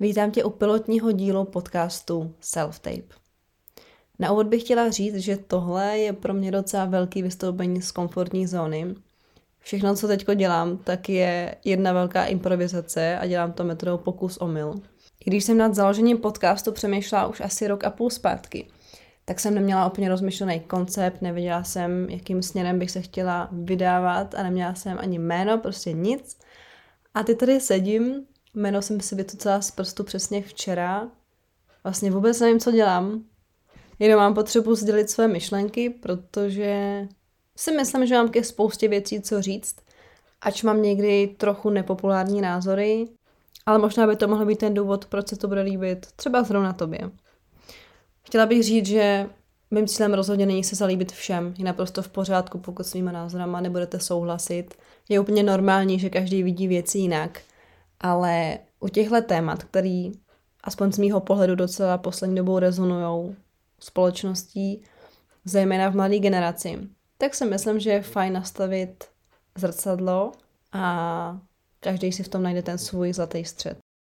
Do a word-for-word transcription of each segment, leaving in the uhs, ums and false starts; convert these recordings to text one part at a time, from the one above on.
Vítám tě u pilotního dílu podcastu Self-Tape. Na úvod bych chtěla říct, že tohle je pro mě docela velký vystoupení z komfortní zóny. Všechno, co teďko dělám, tak je jedna velká improvizace a dělám to metodou pokus omyl. I když jsem nad založením podcastu přemýšlela už asi rok a půl zpátky, tak jsem neměla úplně rozmyšlený koncept, nevěděla jsem, jakým směrem bych se chtěla vydávat a neměla jsem ani jméno, prostě nic. A teď tady sedím, jméno jsem si vytucala z prstu přesně včera. Vlastně vůbec nevím, co dělám. Jenom mám potřebu sdělit své myšlenky, protože si myslím, že mám ke spoustě věcí co říct, ač mám někdy trochu nepopulární názory, ale možná by to mohl být ten důvod, proč se to bude líbit třeba zrovna tobě. Chtěla bych říct, že mým cílem rozhodně není se zalíbit všem. Je naprosto v pořádku, pokud s mýma názorama nebudete souhlasit. Je úplně normální, že každý vidí věci jinak. Ale u těchto témat, který aspoň z mýho pohledu docela poslední dobou rezonujou společností, zejména v mladé generaci, tak si myslím, že je fajn nastavit zrcadlo a každý si v tom najde ten svůj zlatý střed.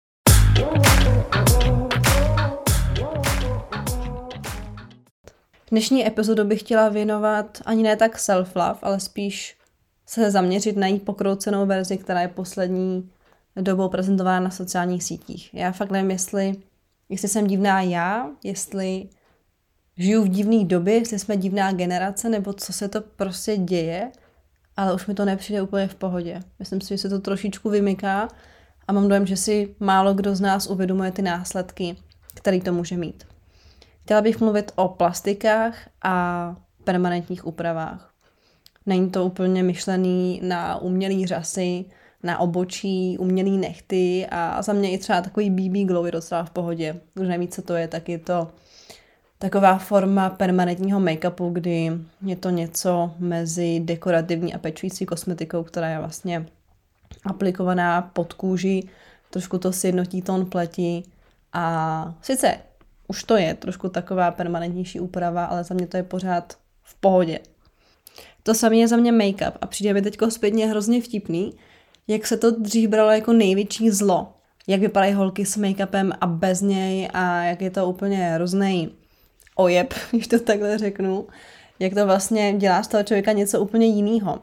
Dnešní epizodu bych chtěla věnovat ani ne tak self-love, ale spíš se zaměřit na její pokroucenou verzi, která je poslední dobou prezentována na sociálních sítích. Já fakt nevím, jestli, jestli jsem divná já, jestli žiju v divné době, jestli jsme divná generace, nebo co se to prostě děje, ale už mi to nepřijde úplně v pohodě. Myslím si, že se to trošičku vymyká a mám dojem, že si málo kdo z nás uvědomuje ty následky, které to může mít. Chtěla bych mluvit o plastikách a permanentních úpravách. Není to úplně myšlený na umělý řasy, na obočí, umělý nehty a za mě i třeba takový bé bé glow je docela v pohodě. Už nevím, co to je, tak je to taková forma permanentního make-upu, kdy je to něco mezi dekorativní a pečující kosmetikou, která je vlastně aplikovaná pod kůži, trošku to sjednotí tón pleti a sice už to je trošku taková permanentnější úprava, ale za mě to je pořád v pohodě. To samé je za mě make-up a přijde mi teďko zpětně hrozně vtipný, jak se to dřív bralo jako největší zlo. Jak vypadají holky s make-upem a bez něj a jak je to úplně hroznej ojeb, když to takhle řeknu. Jak to vlastně dělá z toho člověka něco úplně jiného.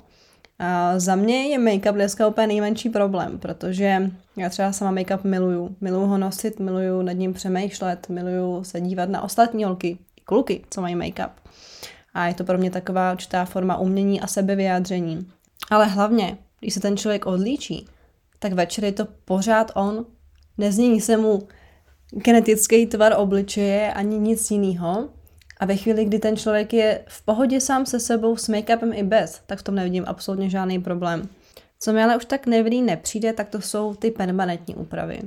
A za mě je make-up dneska úplně nejmenší problém, protože já třeba sama make-up miluju. Miluju ho nosit, miluju nad ním přemýšlet, miluju se dívat na ostatní holky, kluky, co mají make-up. A je to pro mě taková určitá forma umění a sebevyjádření. Ale hlavně, když se ten člověk odlíčí, tak večer je to pořád on. Nezmění se mu genetický tvar obličeje ani nic jiného. A ve chvíli, kdy ten člověk je v pohodě sám se sebou s make-upem i bez, tak v tom nevidím absolutně žádný problém. Co mi ale už tak nevidí nepřijde, tak to jsou ty permanentní úpravy.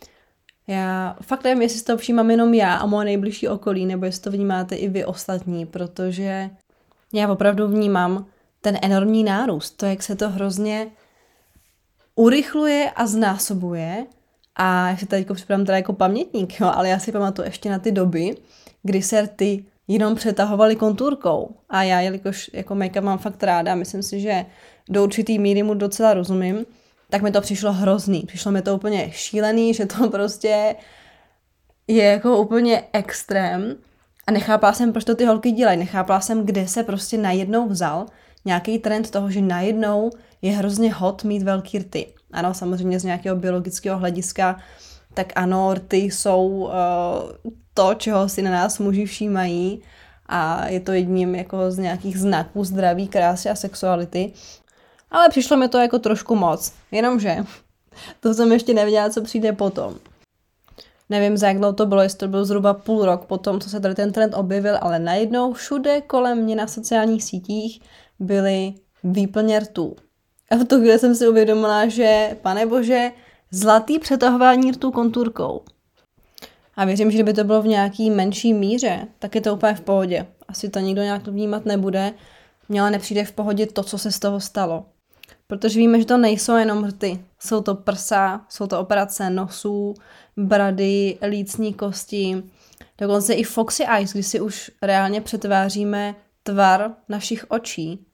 Já fakt nevím, jestli to všímám jenom já a moje nejbližší okolí, nebo jestli to vnímáte i vy ostatní, protože já opravdu vnímám ten enormní nárůst, to, jak se to hrozně urychluje a znásobuje. A já si tady připadám teda jako pamětník, jo, ale já si pamatuju ještě na ty doby, kdy se ty jenom přetahovaly kontůrkou. A já, jelikož jako make-up mám fakt ráda, myslím si, že do určitý míry mu docela rozumím, tak mi to přišlo hrozný. Přišlo mi to úplně šílený, že to prostě je jako úplně extrém. A nechápala jsem, proč to ty holky dělají. Nechápala jsem, kde se prostě najednou vzal nějaký trend toho, že najednou je hrozně hot mít velký rty. Ano, samozřejmě z nějakého biologického hlediska, tak ano, rty jsou uh, to, čeho si na nás muži všímají a je to jedním jako z nějakých znaků zdraví, krásy a sexuality. Ale přišlo mi to jako trošku moc, jenomže to jsem ještě nevěděla, co přijde potom. Nevím, za jak dlouho to bylo, jestli to bylo zhruba půl rok potom, co se tady ten trend objevil, ale najednou všude kolem mě na sociálních sítích byly výplně rtů. A v tu chvíli jsem si uvědomila, že, pane bože, zlatý přetahování rtů kontůrkou. A věřím, že kdyby to bylo v nějaký menší míře, tak je to úplně v pohodě. Asi to nikdo nějak vnímat nebude. Mně ale nepřijde v pohodě to, co se z toho stalo. Protože víme, že to nejsou jenom rty. Jsou to prsa, jsou to operace nosů, brady, lícní kosti, dokonce i foxy eyes, kdy si už reálně přetváříme tvar našich očí.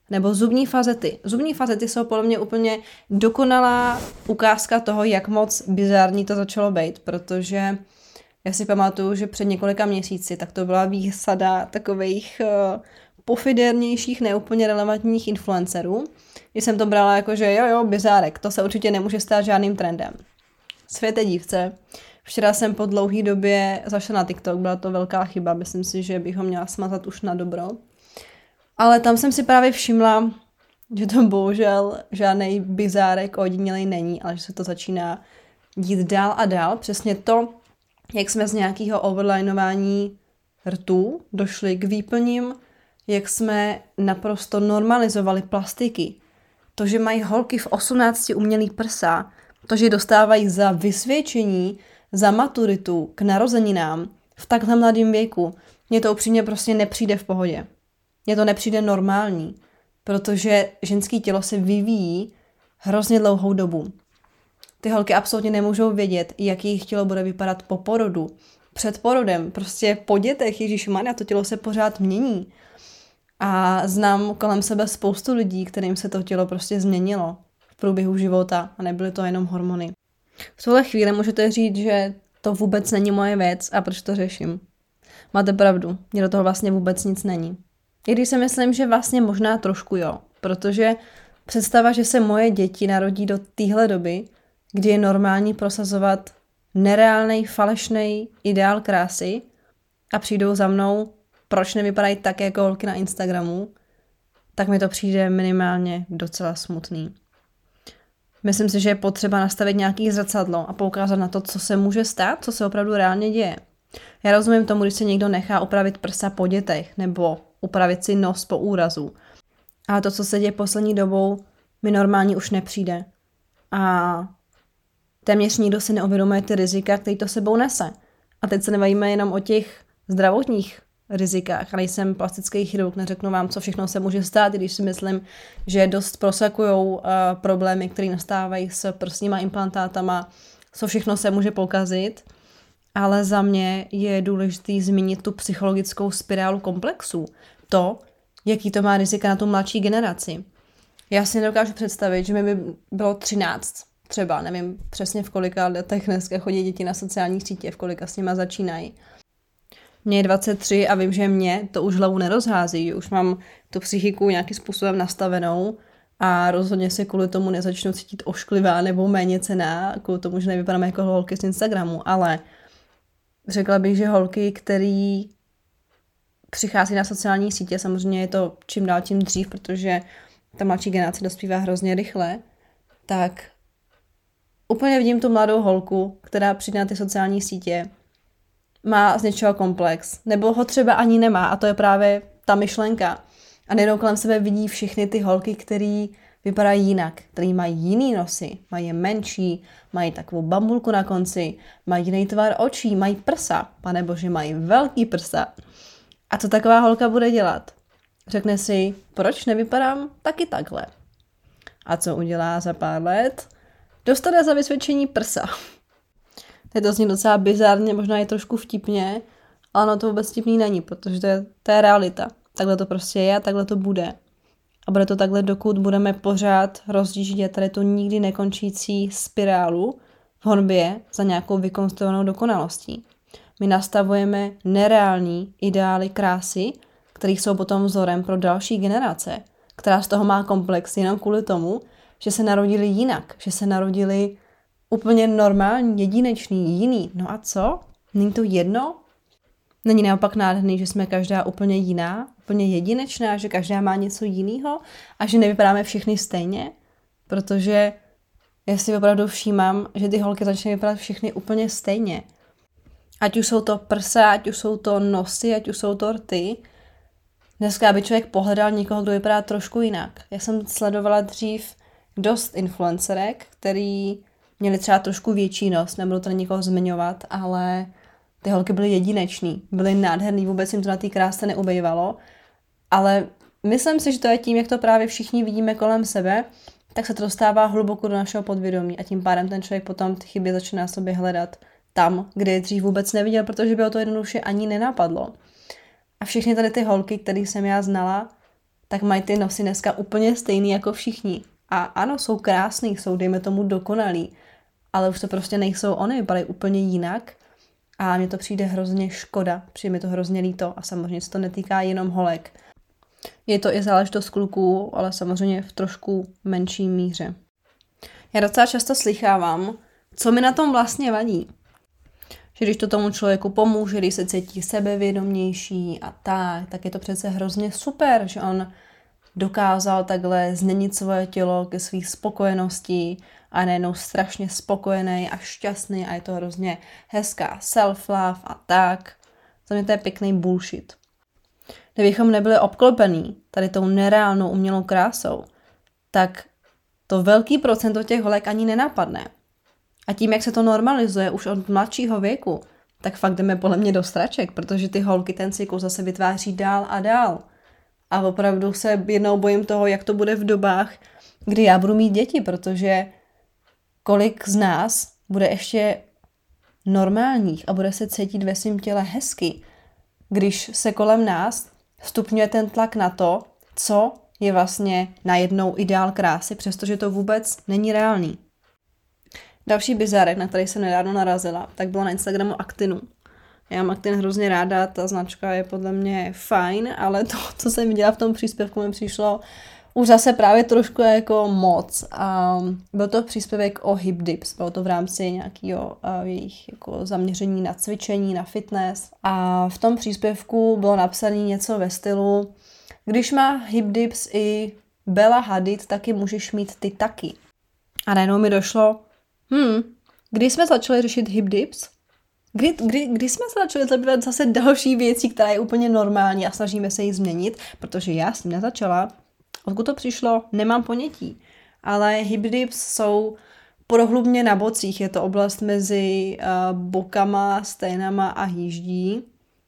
Nebo zubní fazety. Zubní fazety jsou podle mě úplně dokonalá ukázka toho, jak moc bizarní to začalo být, protože já si pamatuju, že před několika měsíci tak to byla výsada takových uh, pofidernějších, neúplně relevantních influencerů. Když jsem to brala jako, že jo, jo, bizárek, to se určitě nemůže stát žádným trendem. Světe dívce. Včera jsem po dlouhé době zašla na TikTok, byla to velká chyba, myslím si, že bych ho měla smazat už na dobro. Ale tam jsem si právě všimla, že to bohužel žádný bizárek ojedinělej není, ale že se to začíná dít dál a dál. Přesně to, jak jsme z nějakého overlinování rtů došli k výplním, jak jsme naprosto normalizovali plastiky. To, že mají holky v osmnácti umělý prsa, to, že dostávají za vysvědčení, za maturitu k narozeninám v takhle mladém věku, mně to upřímně prostě nepřijde v pohodě. Mně to nepřijde normální, protože ženské tělo se vyvíjí hrozně dlouhou dobu. Ty holky absolutně nemůžou vědět, jak jejich tělo bude vypadat po porodu, před porodem, prostě po dětech, ježišmarja, to tělo se pořád mění. A znám kolem sebe spoustu lidí, kterým se to tělo prostě změnilo v průběhu života a nebyly to jenom hormony. V tuhle chvíli můžete říct, že to vůbec není moje věc a proč to řeším. Máte pravdu, mně do toho vlastně vůbec nic není. I když si myslím, že vlastně možná trošku jo, protože představa, že se moje děti narodí do téhle doby, kdy je normální prosazovat nereálnej, falešnej ideál krásy a přijdou za mnou, proč nevypadají tak jako holky na Instagramu, tak mi to přijde minimálně docela smutný. Myslím si, že je potřeba nastavit nějaký zrcadlo a poukázat na to, co se může stát, co se opravdu reálně děje. Já rozumím tomu, když se někdo nechá upravit prsa po dětech nebo upravit si nos po úrazu. Ale to, co se děje poslední dobou, mi normálně už nepřijde. A téměř nikdo si neuvědomuje ty rizika, který to sebou nese. A teď se nebavíme jenom o těch zdravotních rizikách. A nejsem plastický chirurg, neřeknu vám, co všechno se může stát, když si myslím, že dost prosakujou uh, problémy, které nastávají s prsníma implantátama, co všechno se může pokazit. Ale za mě je důležité zmínit tu psychologickou spirálu komplexů. To, jaký to má rizika na tu mladší generaci. Já si nedokážu představit, že mi by bylo třináct, třeba, nevím přesně v kolika letech dneska chodí děti na sociální sítě, v kolika s nima začínají. Mně je dvacet tři a vím, že mě to už hlavu nerozhází, už mám tu psychiku nějakým způsobem nastavenou a rozhodně se kvůli tomu nezačnu cítit ošklivá nebo méně cenná, kvůli tomu, že nevypadám jako holky z Instagramu, ale řekla bych, že holky, který přichází na sociální sítě, samozřejmě je to čím dál tím dřív, protože ta mladší generace dospívá hrozně rychle, tak úplně vidím tu mladou holku, která přijde na ty sociální sítě, má z něčeho komplex, nebo ho třeba ani nemá a to je právě ta myšlenka. A nejednou kolem sebe vidí všechny ty holky, které vypadají jinak, které mají jiný nosy, mají je menší, mají takovou bambulku na konci, mají jiný tvar očí, mají prsa, panebože, mají velký prsa. A co taková holka bude dělat? Řekne si, proč nevypadám taky takhle? A co udělá za pár let? Dostane za vysvědčení prsa. Teď to zní docela bizarně, možná je trošku vtipně, ale ono to vůbec vtipný není, protože to je, to je realita. Takhle to prostě je a takhle to bude. A bude to takhle, dokud budeme pořád rozjíždět tady tu nikdy nekončící spirálu v honbě za nějakou vykonstruovanou dokonalostí. My nastavujeme nereální ideály krásy, které jsou potom vzorem pro další generace, která z toho má komplex jenom kvůli tomu, že se narodili jinak, že se narodili úplně normální, jedinečný, jiný. No a co? Není to jedno? Není naopak nádherný, že jsme každá úplně jiná, úplně jedinečná, že každá má něco jiného a že nevypadáme všichni stejně? Protože já si opravdu všímám, že ty holky začínají vypadat všechny úplně stejně. Ať už jsou to prsa, ať už jsou to nosy, ať už jsou to rty. Dneska by člověk pohledal někoho, kdo vypadá trošku jinak. Já jsem sledovala dřív dost influencerek, který měli třeba trošku větší nos, nebudu to nikoho zmiňovat, ale ty holky byly jedinečný, byly nádherný, vůbec jim to na té kráse neubejvalo, ale myslím si, že to je tím, jak to právě všichni vidíme kolem sebe, tak se to dostává hluboko do našeho podvědomí a tím pádem ten člověk potom ty chyby začne na sobě hledat tam, kde je dřív vůbec neviděl, protože by ho to jednoduše ani nenapadlo. A všechny tady ty holky, které jsem já znala, tak mají ty nosy dneska úplně stejný jako všichni. A ano, jsou krásný, jsou dejme tomu dokonalý, ale už to prostě nejsou oni, vypadají úplně jinak a mně to přijde hrozně škoda, přijde mi to hrozně líto a samozřejmě se to netýká jenom holek. Je to i záležitost kluků, ale samozřejmě v trošku menší míře. Já docela často slychávám, co mi na tom vlastně vadí. Že když to tomu člověku pomůže, když se cítí sebevědomější a tak, tak je to přece hrozně super, že on dokázal takhle změnit svoje tělo ke své spokojenosti a najednou strašně spokojený a šťastný a je to hrozně hezká self-love a tak. Za mě to je pěkný bullshit. Kdybychom nebyli obklopený tady tou nereálnou umělou krásou, tak to velký procento těch holek ani nenapadne. A tím, jak se to normalizuje už od mladšího věku, tak fakt jdeme podle mě do straček, protože ty holky ten cyklus zase vytváří dál a dál. A opravdu se jednou bojím toho, jak to bude v dobách, kdy já budu mít děti, protože kolik z nás bude ještě normálních a bude se cítit ve svém těle hezky, když se kolem nás stupňuje ten tlak na to, co je vlastně najednou ideál krásy, přestože to vůbec není reálný. Další bizárek, na který jsem nedávno narazila, tak bylo na Instagramu Actinu. Já mám Actin hrozně ráda, ta značka je podle mě fajn, ale to, co jsem viděla v tom příspěvku, mi přišlo už zase právě trošku jako moc. A byl to příspěvek o hip dips, bylo to v rámci nějakého jejich jako zaměření na cvičení, na fitness. A v tom příspěvku bylo napsané něco ve stylu, když má hip dips i Bella Hadid, taky můžeš mít ty taky. A najednou mi došlo, hm, kdy jsme začali řešit hip dips? Kdy, kdy, kdy jsme se začali zabývat zase další věcí, která je úplně normální a snažíme se ji změnit, protože já s tím nezačala. Odkud to přišlo, nemám ponětí. Ale hip dips jsou prohlubně na bocích. Je to oblast mezi uh, bokama, sténama a hýždí.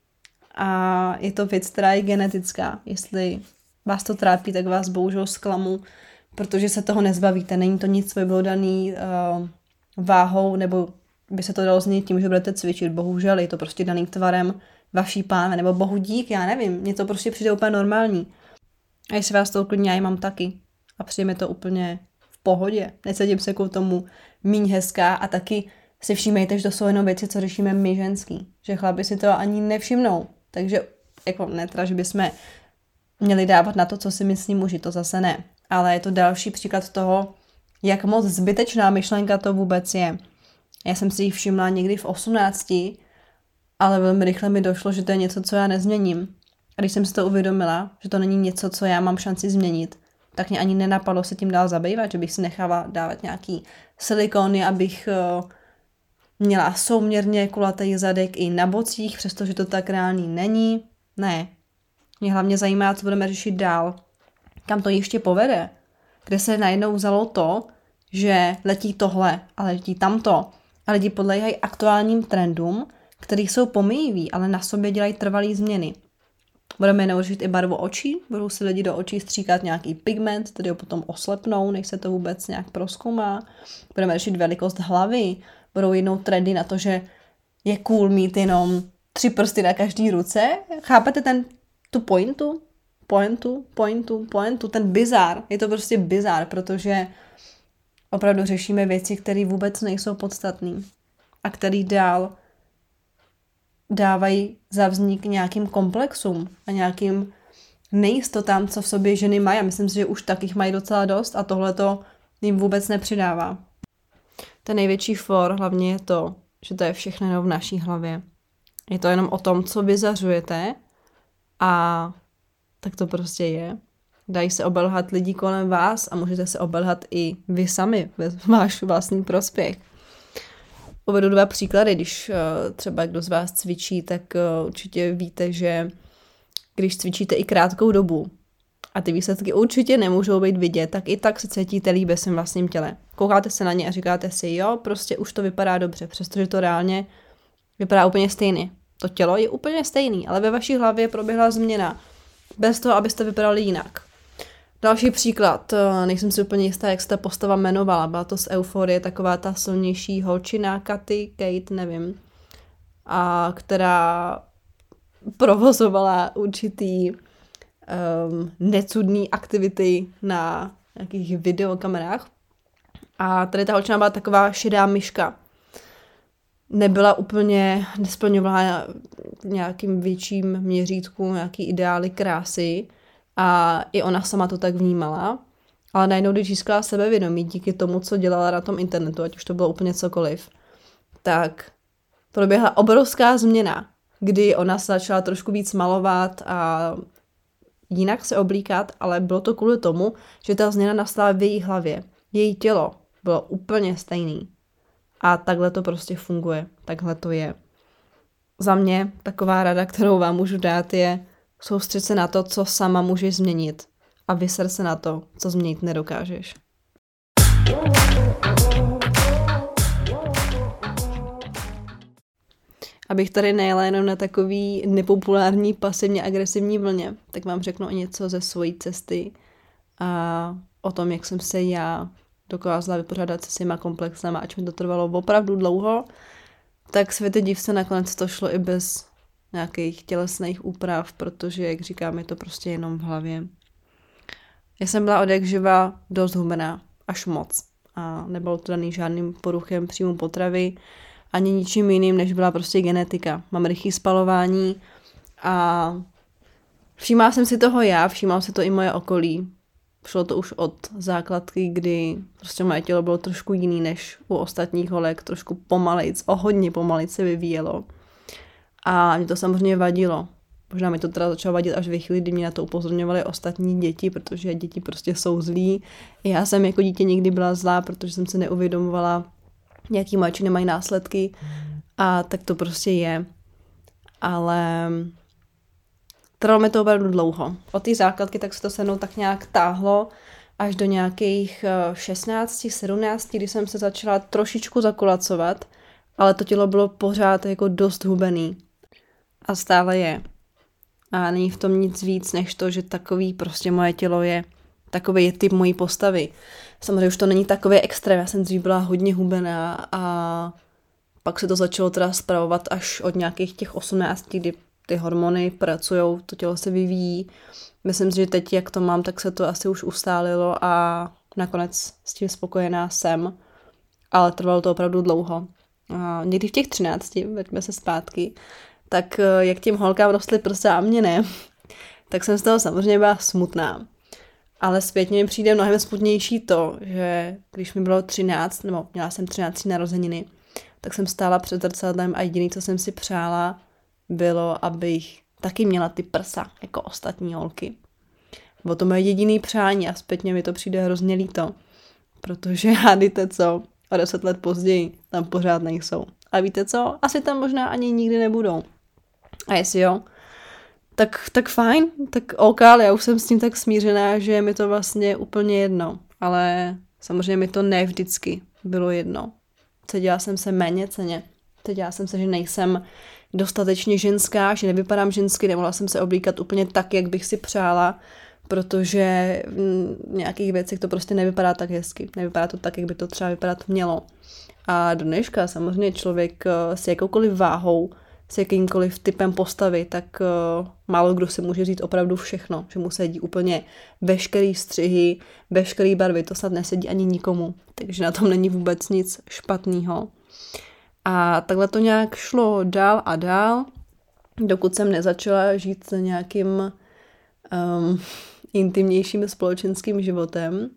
A je to věc, která je genetická. Jestli vás to trápí, tak vás bohužel zklamu, protože se toho nezbavíte. Není to nic, co by bylo daný uh, váhou, nebo by se to dalo změnit tím, že budete cvičit. Bohužel je to prostě daný tvarem vaší pánve, nebo bohu dík, já nevím. Mně to prostě přijde úplně normální. A jestli vás to uklidní, já ji mám taky. A přijde mi to úplně v pohodě. Necítím se jako tomu míň hezká a taky si všímejte, že to jsou jenom věci, co řešíme my ženský. Že chlapi si to ani nevšimnou. Takže jako ne, teda, že bychom měli dávat na to, co si myslí muži, to zase ne. Ale je to další příklad toho, jak moc zbytečná myšlenka to vůbec je. Já jsem si ji všimla někdy v osmnácti, ale velmi rychle mi došlo, že to je něco, co já nezměním. A když jsem si to uvědomila, že to není něco, co já mám šanci změnit, tak mě ani nenapadlo se tím dál zabývat, že bych si nechala dávat nějaký silikony, abych uh, měla souměrně kulatý zadek i na bocích, přestože to tak reálný není. Ne. Mě hlavně zajímá, co budeme řešit dál. Kam to ještě povede. Kde se najednou vzalo to, že letí tohle a letí tamto. A lidi podléhají aktuálním trendům, které jsou pomíjivý, ale na sobě dělají trvalý změny. Budeme jednou řešit i barvu očí, budou si lidi do očí stříkat nějaký pigment, který ho potom oslepnou, než se to vůbec nějak prozkoumá. Budeme řešit velikost hlavy, budou jednou trendy na to, že je cool mít jenom tři prsty na každý ruce. Chápete ten, tu pointu? Pointu, pointu, pointu, ten bizár. Je to prostě bizár, protože opravdu řešíme věci, které vůbec nejsou podstatné a které dál dávají za vznik nějakým komplexům a nějakým nejistotám, co v sobě ženy mají. A myslím si, že už tak jich mají docela dost a tohle to jim vůbec nepřidává. Ten největší for hlavně je to, že to je všechno jenom v naší hlavě. Je to jenom o tom, co vyzařujete a tak to prostě je. Dají se obelhat lidi kolem vás a můžete se obelhat i vy sami ve váš vlastní prospěch. Uvedu dva příklady, když uh, třeba kdo z vás cvičí, tak uh, určitě víte, že když cvičíte i krátkou dobu a ty výsledky určitě nemůžou být vidět, tak i tak se cítíte líp ve svém vlastním těle. Koukáte se na ně a říkáte si, jo, prostě už to vypadá dobře, přestože to reálně vypadá úplně stejně. To tělo je úplně stejný, ale ve vaší hlavě proběhla změna, bez toho, abyste vypadali jinak. Další příklad, nejsem si úplně jistá, jak se ta postava jmenovala, byla to z Euforie, taková ta silnější holčina, Katy, Kate, nevím, a která provozovala určitý um, necudný aktivity na nějakých videokamerách. A tady ta holčina byla taková šedá myška. Nebyla úplně, nesplňovala nějakým větším měřítku nějaký ideály krásy a i ona sama to tak vnímala. Ale najednou, když získala sebevědomí díky tomu, co dělala na tom internetu, ať už to bylo úplně cokoliv, tak proběhla obrovská změna, kdy ona se začala trošku víc malovat a jinak se oblíkat, ale bylo to kvůli tomu, že ta změna nastala v její hlavě. Její tělo bylo úplně stejný. A takhle to prostě funguje. Takhle to je. Za mě taková rada, kterou vám můžu dát, je soustřeď se na to, co sama můžeš změnit. A vyser se na to, co změnit nedokážeš. Abych tady nejela jenom na takový nepopulární, pasivně agresivní vlně, tak vám řeknu o něco ze svojí cesty a o tom, jak jsem se já dokázala vypořádat se svýma komplexama, ač mi to trvalo opravdu dlouho, tak světe div se nakonec to šlo i bez nějakých tělesných úprav, protože, jak říkám, je to prostě jenom v hlavě. Já jsem byla od jak živa dost hubená, až moc. A nebylo to daný žádným poruchem příjmu potravy, ani ničím jiným, než byla prostě genetika. Mám rychlé spalování a všímala jsem si toho já, všímala si to i moje okolí. Šlo to už od základky, kdy prostě moje tělo bylo trošku jiný než u ostatních holek, trošku pomalejc, o hodně pomalejc se vyvíjelo. A mě to samozřejmě vadilo. Možná mi to teda začalo vadit až ve chvíli, kdy mě na to upozorňovaly ostatní děti, protože děti prostě jsou zlí. Já jsem jako dítě nikdy byla zlá, protože jsem se neuvědomovala, jaký moje činy mají následky a tak to prostě je. Ale trvalo mi to opravdu dlouho. Od té základky tak se to se mnou tak nějak táhlo až do nějakých šestnáct, sedmnáct, kdy jsem se začala trošičku zakulacovat, ale to tělo bylo pořád jako dost hubený. A stále je. A není v tom nic víc, než to, že takový prostě moje tělo je. Takový je typ mojí postavy. Samozřejmě už to není takový extrém, já jsem dřív byla hodně hubená a pak se to začalo teda spravovat až od nějakých těch osmnácti, kdy ty hormony pracujou, to tělo se vyvíjí. Myslím si, že teď, jak to mám, tak se to asi už ustálilo a nakonec s tím spokojená jsem. Ale trvalo to opravdu dlouho. A někdy v těch třinácti, veďme se zpátky, tak jak tím holkám rostly prsa a mě ne, tak jsem z toho samozřejmě byla smutná. Ale zpětně mi přijde mnohem smutnější to, že když mi bylo třináct, nebo měla jsem třináct narozeniny, tak jsem stála před zrcadlem a jediné, co jsem si přála, bylo, abych taky měla ty prsa, jako ostatní holky. Bylo to moje jediné přání a zpětně mi to přijde hrozně líto, protože hádejte co, o deset let později tam pořád nejsou. A víte co? Asi tam možná ani nikdy nebudou. A jestli jo, tak, tak fajn, tak ok, ale já už jsem s tím tak smířená, že je mi to vlastně úplně jedno. Ale samozřejmě mi to ne vždycky bylo jedno. Cítila jsem se méně cenně. Cítila jsem se, že nejsem dostatečně ženská, že nevypadám žensky, nemohla jsem se oblíkat úplně tak, jak bych si přála, protože v nějakých věcech to prostě nevypadá tak hezky. Nevypadá to tak, jak by to třeba vypadat mělo. A do dneška samozřejmě člověk s jakoukoliv váhou, s jakýmkoliv typem postavy, tak uh, málo kdo si může říct opravdu všechno, že mu sedí úplně veškerý střihy, veškerý barvy, to snad nesedí ani nikomu, takže na tom není vůbec nic špatného. A takhle to nějak šlo dál a dál, dokud jsem nezačala žít s nějakým um, intimnějším společenským životem,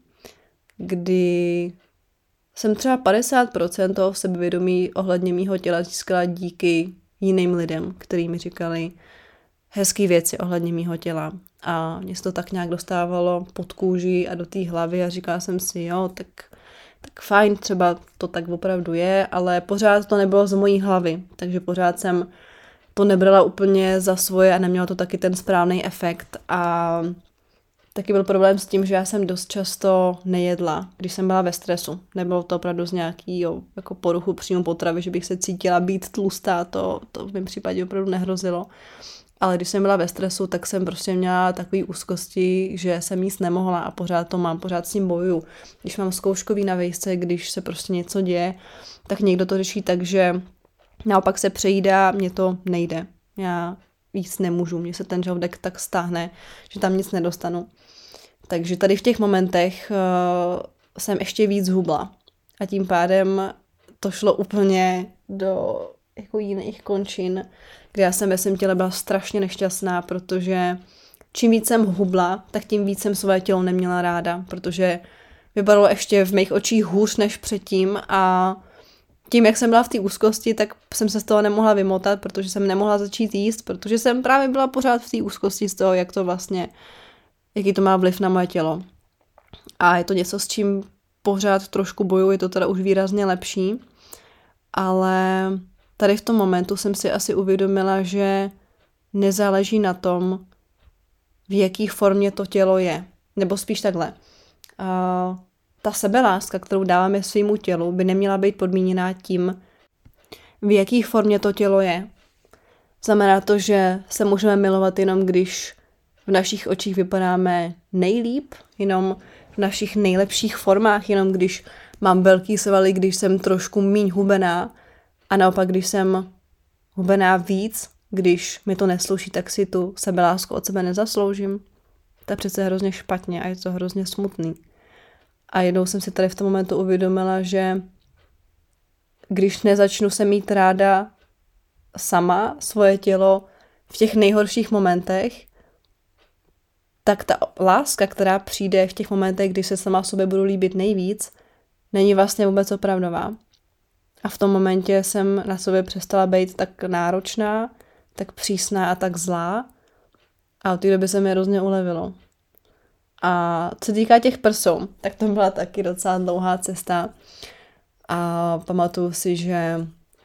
kdy jsem třeba padesát procent toho sebevědomí ohledně mýho těla získala díky jiným lidem, kteří mi říkali hezký věci ohledně mýho těla. A mě se to tak nějak dostávalo pod kůži a do té hlavy a říkala jsem si, jo, tak, tak fajn, třeba to tak opravdu je, ale pořád to nebylo z mojí hlavy, takže pořád jsem to nebrala úplně za svoje a nemělo to taky ten správný efekt. A taky byl problém s tím, že já jsem dost často nejedla, když jsem byla ve stresu. Nebylo to opravdu z nějakého jako poruchu příjmu potravy, že bych se cítila být tlustá, to, to v mém případě opravdu nehrozilo. Ale když jsem byla ve stresu, tak jsem prostě měla takový úzkosti, že jsem jíst nemohla a pořád to mám, pořád s tím bojuju. Když mám zkouškový na vejšce, když se prostě něco děje, tak někdo to řeší tak, že naopak se přejídá, mně to nejde. Já víc nemůžu. Mně se ten žaludek tak stáhne, že tam nic nedostanu. Takže tady v těch momentech uh, jsem ještě víc hubla. A tím pádem to šlo úplně do jako jiných končin, kde já jsem ve svém těle byla strašně nešťastná, protože čím víc jsem hubla, tak tím víc jsem své tělo neměla ráda, protože vypadalo ještě v mých očích hůř než předtím a tím, jak jsem byla v té úzkosti, tak jsem se z toho nemohla vymotat, protože jsem nemohla začít jíst, protože jsem právě byla pořád v té úzkosti z toho, jak to vlastně, jaký to má vliv na moje tělo. A je to něco, s čím pořád trošku bojuji, je to teda už výrazně lepší, ale tady v tom momentu jsem si asi uvědomila, že nezáleží na tom, v jaký formě to tělo je. Nebo spíš takhle. Uh, ta sebeláska, kterou dáváme svýmu tělu, by neměla být podmíněná tím, v jaký formě to tělo je. Znamená to, že se můžeme milovat jenom, když v našich očích vypadáme nejlíp, jenom v našich nejlepších formách, jenom když mám velký svaly, když jsem trošku míň hubená a naopak, když jsem hubená víc, když mi to neslouží, tak si tu sebelásku od sebe nezasloužím. To je přece hrozně špatně a je to hrozně smutný. A jednou jsem si tady v tom momentu uvědomila, že když nezačnu se mít ráda sama, svoje tělo v těch nejhorších momentech, tak ta láska, která přijde v těch momentech, kdy se sama sobě budu líbit nejvíc, není vlastně vůbec opravdová. A v tom momentě jsem na sobě přestala být tak náročná, tak přísná a tak zlá. A od té doby se mi hrozně ulevilo. A co týká těch prsou, tak to byla taky docela dlouhá cesta. A pamatuju si, že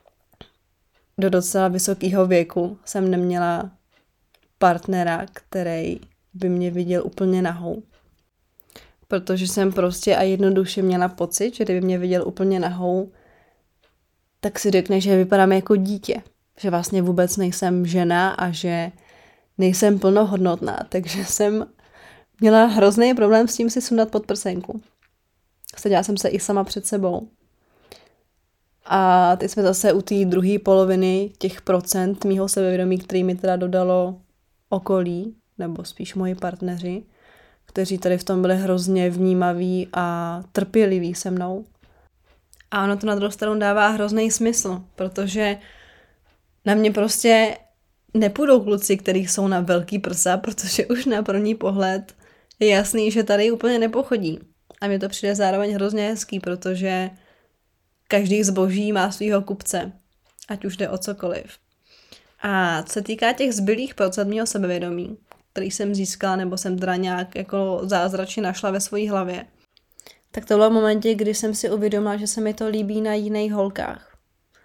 do docela vysokého věku jsem neměla partnera, který by mě viděl úplně nahou. Protože jsem prostě a jednoduše měla pocit, že kdyby mě viděl úplně nahou, tak si řekne, že vypadám jako dítě. Že vlastně vůbec nejsem žena a že nejsem plnohodnotná. Takže jsem měla hrozný problém s tím si sundat podprsenku. Seděla jsem se i sama před sebou. A teď jsme zase u té druhé poloviny těch procent mýho sebevědomí, který mi teda dodalo okolí, nebo spíš moji partneři, kteří tady v tom byli hrozně vnímaví a trpěliví se mnou. A ono to na druhou stranu dává hrozný smysl, protože na mě prostě nepůjdou kluci, kteří jsou na velký prsa, protože už na první pohled je jasný, že tady úplně nepochodí. A mně to přijde zároveň hrozně hezký, protože každý zboží má svýho kupce, ať už jde o cokoliv. A co se týká těch zbylých procent mého sebevědomí, který jsem získala, nebo jsem teda nějak jako zázračně našla ve své hlavě, tak to bylo v momentě, kdy jsem si uvědomila, že se mi to líbí na jiných holkách.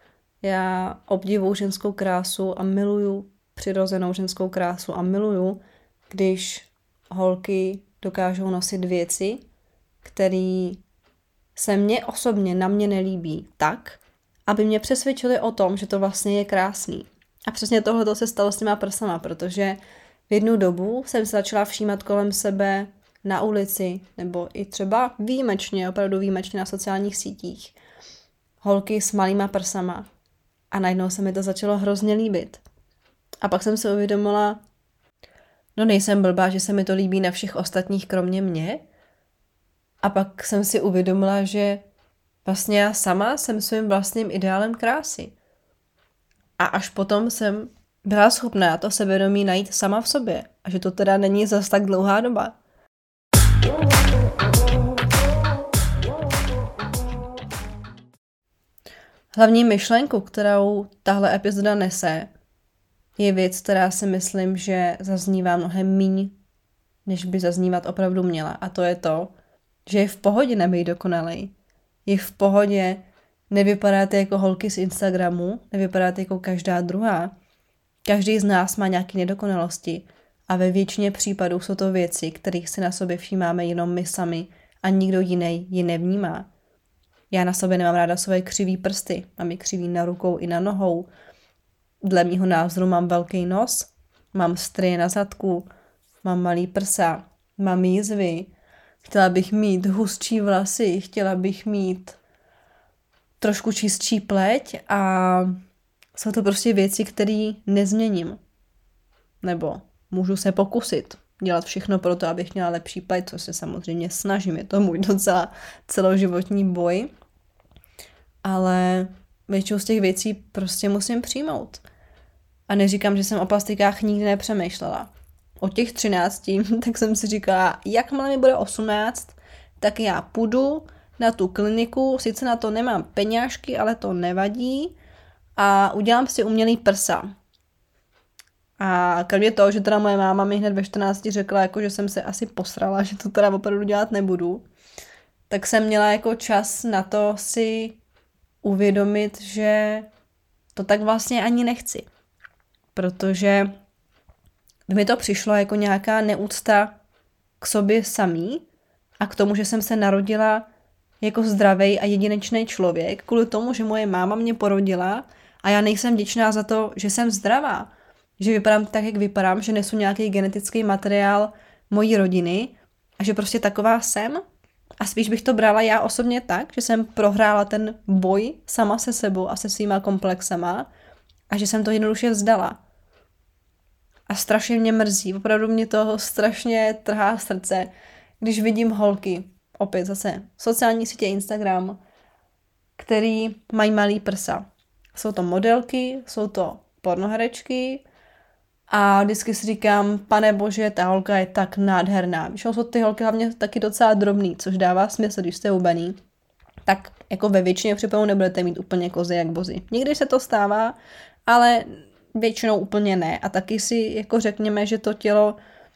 Já obdivuju ženskou krásu a miluju přirozenou ženskou krásu a miluju, když holky dokážou nosit věci, které se mně osobně na mě nelíbí tak, aby mě přesvědčili o tom, že to vlastně je krásný. A přesně tohle se stalo s těma prsama, protože v jednu dobu jsem se začala všímat kolem sebe na ulici, nebo i třeba výjimečně, opravdu výjimečně na sociálních sítích, holky s malýma prsama. A najednou se mi to začalo hrozně líbit. A pak jsem se uvědomila, no nejsem blbá, že se mi to líbí na všech ostatních kromě mě. A pak jsem si uvědomila, že vlastně já sama jsem svým vlastním ideálem krásy. A až potom jsem byla schopná to sebevědomí najít sama v sobě. A že to teda není zas tak dlouhá doba. Hlavní myšlenku, kterou tahle epizoda nese, je věc, která si myslím, že zaznívá mnohem míň, než by zaznívat opravdu měla. A to je to, že je v pohodě nebejt dokonalej. Je v pohodě nevypadáte jako holky z Instagramu, nevypadáte jako každá druhá. Každý z nás má nějaké nedokonalosti a ve většině případů jsou to věci, kterých si na sobě všímáme jenom my sami a nikdo jiný ji nevnímá. Já na sobě nemám ráda svoje křivý prsty, mám je křivý na rukou i na nohou. Dle mýho názoru mám velký nos, mám strie na zadku, mám malý prsa, mám jízvy, chtěla bych mít hustší vlasy, chtěla bych mít trošku čistší pleť a jsou to prostě věci, které nezměním. Nebo můžu se pokusit dělat všechno pro to, abych měla lepší pleť, co se samozřejmě snažím, je to můj docela celoživotní boj. Ale většinu z těch věcí prostě musím přijmout. A neříkám, že jsem o plastikách nikdy nepřemýšlela. Od těch třinácti, tak jsem si říkala, jakmile mi bude osmnáct, tak já půjdu na tu kliniku, sice na to nemám peňážky, ale to nevadí a udělám si umělý prsa. A kromě toho, že teda moje máma mi hned ve čtrnácti řekla, jako, že jsem se asi posrala, že to teda opravdu dělat nebudu, tak jsem měla jako čas na to si uvědomit, že to tak vlastně ani nechci. Protože by mi to přišlo jako nějaká neúcta k sobě samý a k tomu, že jsem se narodila jako zdravý a jedinečný člověk, kvůli tomu, že moje máma mě porodila a já nejsem vděčná za to, že jsem zdravá. Že vypadám tak, jak vypadám, že nesu nějaký genetický materiál mojí rodiny a že prostě taková jsem. A spíš bych to brala já osobně tak, že jsem prohrála ten boj sama se sebou a se svýma komplexama a že jsem to jednoduše vzdala. A strašně mě mrzí, opravdu mě toho strašně trhá srdce, když vidím holky, opět zase sociální sítě Instagram, který mají malý prsa. Jsou to modelky, jsou to pornoherečky a vždycky si říkám, pane bože, ta holka je tak nádherná. Víš, jsou ty holky hlavně taky docela drobný, což dává smysl, když jste hubený. Tak jako ve většině případů nebudete mít úplně kozy jak bozy. Někdy se to stává, ale většinou úplně ne. A taky si jako řekněme, že to tělo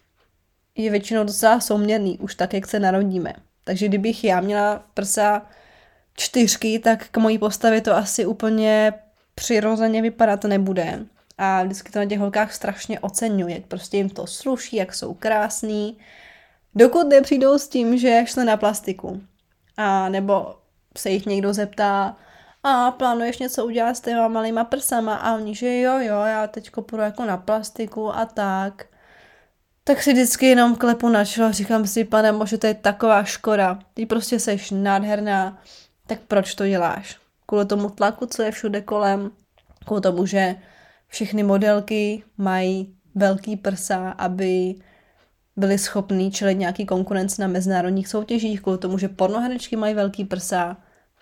je většinou docela souměrný, už tak, jak se narodíme. Takže kdybych já měla prsa čtyřky, tak k mojí postavě to asi úplně přirozeně vypadat nebude. A vždycky to na těch holkách strašně oceňuji, jak prostě jim to sluší, jak jsou krásný, dokud nepřijdou s tím, že šli na plastiku. A nebo se jich někdo zeptá, a plánuješ něco udělat s těma malýma prsama? A oni, že jo, jo, já teďko půjdu jako na plastiku a tak. Tak si vždycky jenom klepu na čelo, říkám si, pane bože, to je taková škoda. Ty prostě seš nádherná, tak proč to děláš? Kvůli tomu tlaku, co je všude kolem, kvůli tomu, že všechny modelky mají velký prsa, aby byly schopný čelit nějaký konkurenci na mezinárodních soutěžích, kvůli tomu, že pornoherečky mají velký prsa.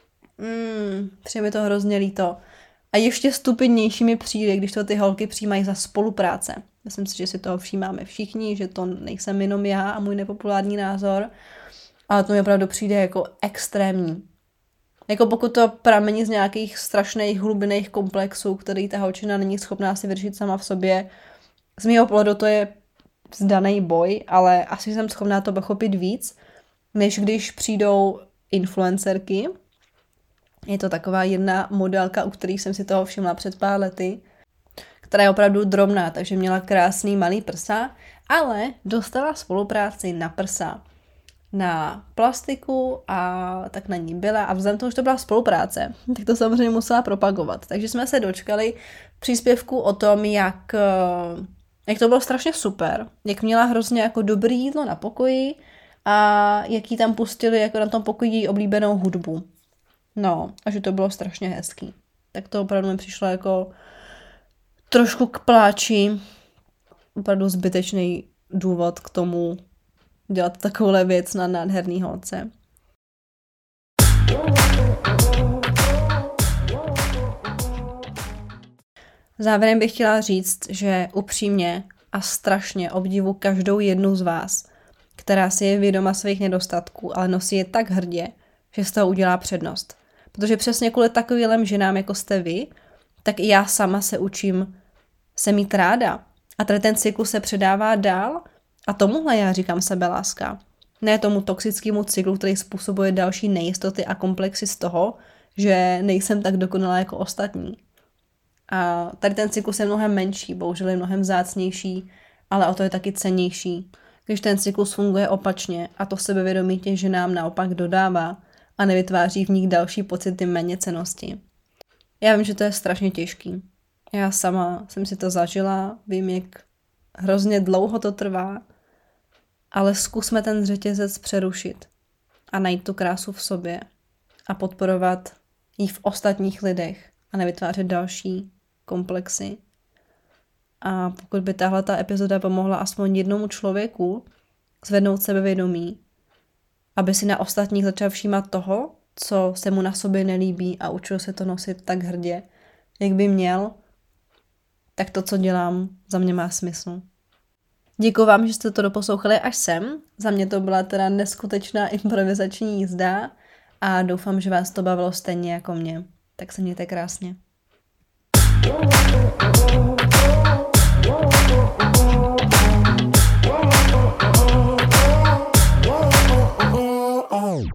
Hmm, přijde mi to hrozně líto. A ještě stupidnější mi přijde, když to ty holky přijímají za spolupráce. Myslím si, že si toho všímáme všichni, že to nejsem jenom já a můj nepopulární názor, ale to mi opravdu přijde jako extrémní. Jako pokud to pramení z nějakých strašných hlubinných komplexů, který ta holčina není schopná si vyřešit sama v sobě. Z mýho pohledu to je vzdaný boj, ale asi jsem schopná to pochopit víc, než když přijdou influencerky. Je to taková jedna modelka, u kterých jsem si toho všimla před pár lety, která je opravdu drobná, takže měla krásný malý prsa, ale dostala spolupráci na prsa, na plastiku a tak na ní byla a vzhledem toho, že to byla spolupráce, tak to samozřejmě musela propagovat. Takže jsme se dočkali příspěvku o tom, jak, jak to bylo strašně super, jak měla hrozně jako dobrý jídlo na pokoji a jak jí tam pustili jako na tom pokoji její oblíbenou hudbu. No, a že to bylo strašně hezký. Tak to opravdu mi přišlo jako trošku k pláči, opravdu zbytečný důvod k tomu dělat takovouhle věc na nádherný holce. Závěrem bych chtěla říct, že upřímně a strašně obdivu každou jednu z vás, která si je vědoma svých nedostatků, ale nosí je tak hrdě, že z toho udělá přednost. Protože přesně kvůli takovým ženám, jako jste vy, tak i já sama se učím se mít ráda. A tady ten cyklus se předává dál a tomuhle já říkám sebeláska. Ne tomu toxickému cyklu, který způsobuje další nejistoty a komplexy z toho, že nejsem tak dokonalá jako ostatní. A tady ten cyklus je mnohem menší, bohužel je mnohem vzácnější, ale o to je taky cennější. Když ten cyklus funguje opačně a to sebevědomí těch ženám naopak dodává a nevytváří v nich další pocity méněcennosti. Já vím, že to je strašně těžký. Já sama jsem si to zažila, vím, jak hrozně dlouho to trvá, ale zkusme ten řetězec přerušit a najít tu krásu v sobě a podporovat ji v ostatních lidech a nevytvářet další komplexy. A pokud by tahle ta epizoda pomohla aspoň jednomu člověku zvednout sebevědomí, aby si na ostatních začal všímat toho, co se mu na sobě nelíbí a učil se to nosit tak hrdě, jak by měl, tak to, co dělám, za mě má smysl. Děkuji vám, že jste to doposlouchali až sem. Za mě to byla teda neskutečná improvizační jízda a doufám, že vás to bavilo stejně jako mě. Tak se mějte krásně.